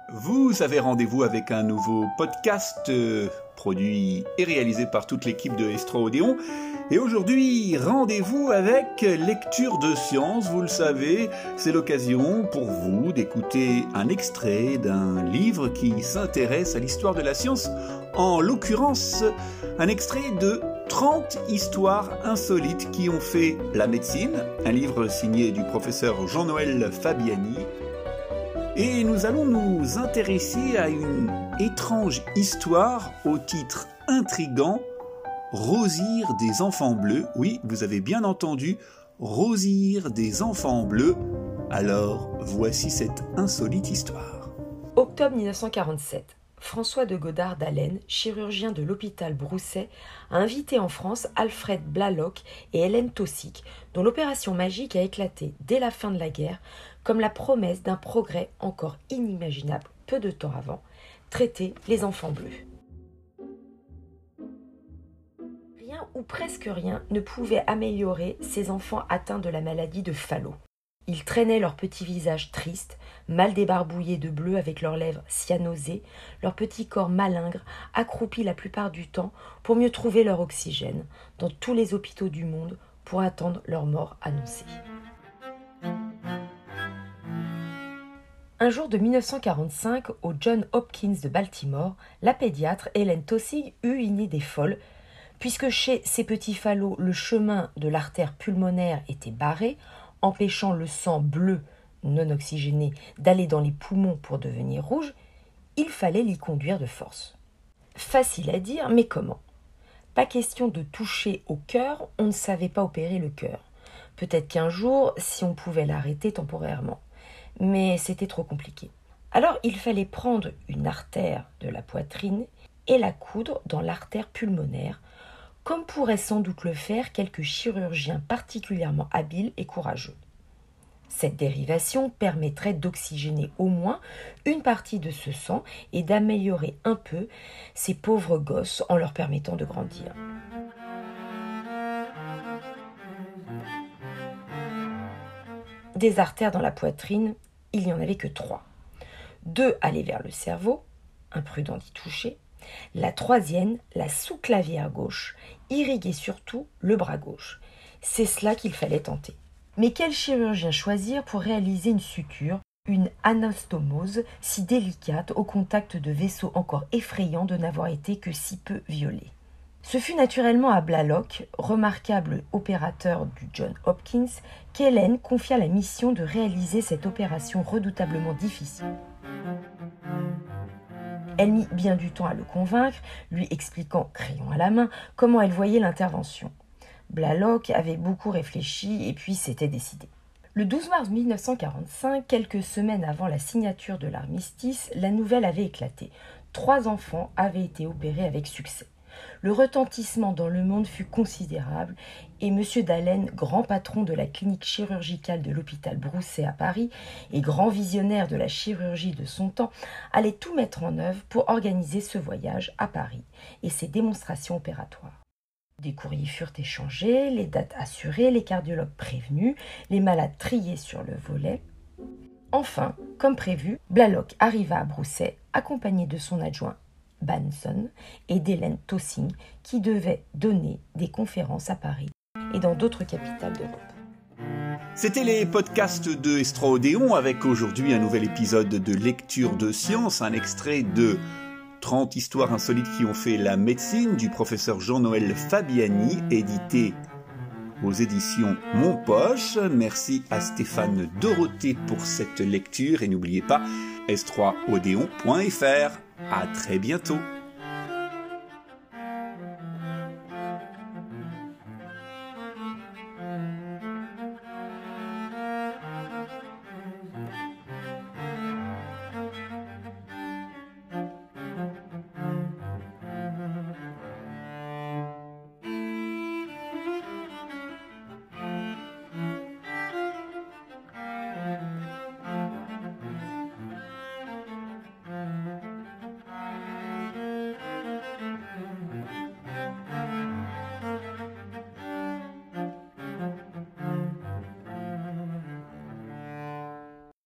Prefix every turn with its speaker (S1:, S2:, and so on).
S1: Vous avez rendez-vous avec un nouveau podcast produit et réalisé par toute l'équipe de Estro Odéon. Et aujourd'hui, rendez-vous avec Lecture de Science. Vous le savez, c'est l'occasion pour vous d'écouter un extrait d'un livre qui s'intéresse à l'histoire de la science. En l'occurrence, un extrait de 30 histoires insolites qui ont fait la médecine. Un livre signé du professeur Jean-Noël Fabiani. Et nous allons nous intéresser à une étrange histoire au titre intrigant, Rosir des enfants bleus. Oui, vous avez bien entendu, Rosir des enfants bleus. Alors, voici cette insolite histoire.
S2: Octobre 1947. François de Godard d'Allen, chirurgien de l'hôpital Broussais, a invité en France Alfred Blalock et Hélène Taussig, dont l'opération magique a éclaté dès la fin de la guerre, comme la promesse d'un progrès encore inimaginable peu de temps avant, traiter les enfants bleus. Rien ou presque rien ne pouvait améliorer ces enfants atteints de la maladie de Fallot. Ils traînaient leurs petits visages tristes, mal débarbouillés de bleu avec leurs lèvres cyanosées, leurs petits corps malingres, accroupis la plupart du temps pour mieux trouver leur oxygène dans tous les hôpitaux du monde pour attendre leur mort annoncée. Un jour de 1945, au Johns Hopkins de Baltimore, la pédiatre Hélène Taussig eut une idée folle, puisque chez ces petits Fallots, le chemin de l'artère pulmonaire était barré, empêchant le sang bleu non oxygéné d'aller dans les poumons pour devenir rouge, il fallait l'y conduire de force. Facile à dire, mais comment ? Pas question de toucher au cœur, on ne savait pas opérer le cœur. Peut-être qu'un jour, si on pouvait l'arrêter temporairement. Mais c'était trop compliqué. Alors il fallait prendre une artère de la poitrine et la coudre dans l'artère pulmonaire, comme pourraient sans doute le faire quelques chirurgiens particulièrement habiles et courageux. Cette dérivation permettrait d'oxygéner au moins une partie de ce sang et d'améliorer un peu ces pauvres gosses en leur permettant de grandir. Des artères dans la poitrine, il n'y en avait que 3. 2 allaient vers le cerveau, imprudent d'y toucher. La troisième, la sous-clavière gauche, irriguait surtout le bras gauche. C'est cela qu'il fallait tenter. Mais quel chirurgien choisir pour réaliser une suture, une anastomose si délicate au contact de vaisseaux encore effrayants de n'avoir été que si peu violés ? Ce fut naturellement à Blalock, remarquable opérateur du Johns Hopkins, qu'Hélène confia la mission de réaliser cette opération redoutablement difficile. Elle mit bien du temps à le convaincre, lui expliquant, crayon à la main, comment elle voyait l'intervention. Blalock avait beaucoup réfléchi et puis s'était décidé. Le 12 mars 1945, quelques semaines avant la signature de l'armistice, la nouvelle avait éclaté. 3 enfants avaient été opérés avec succès. Le retentissement dans le monde fut considérable et M. d'Allen, grand patron de la clinique chirurgicale de l'hôpital Broussais à Paris et grand visionnaire de la chirurgie de son temps, allait tout mettre en œuvre pour organiser ce voyage à Paris et ses démonstrations opératoires. Des courriers furent échangés, les dates assurées, les cardiologues prévenus, les malades triés sur le volet. Enfin, comme prévu, Blalock arriva à Broussais accompagné de son adjoint Banson et d'Hélène Taussig qui devaient donner des conférences à Paris et dans d'autres capitales d'Europe.
S1: C'était les podcasts de Estro Odéon avec aujourd'hui un nouvel épisode de Lecture de Science, un extrait de 30 histoires insolites qui ont fait la médecine du professeur Jean-Noël Fabiani, édité aux éditions Monpoche. Merci à Stéphane Dorothée pour cette lecture et n'oubliez pas s3odéon.fr. À très bientôt.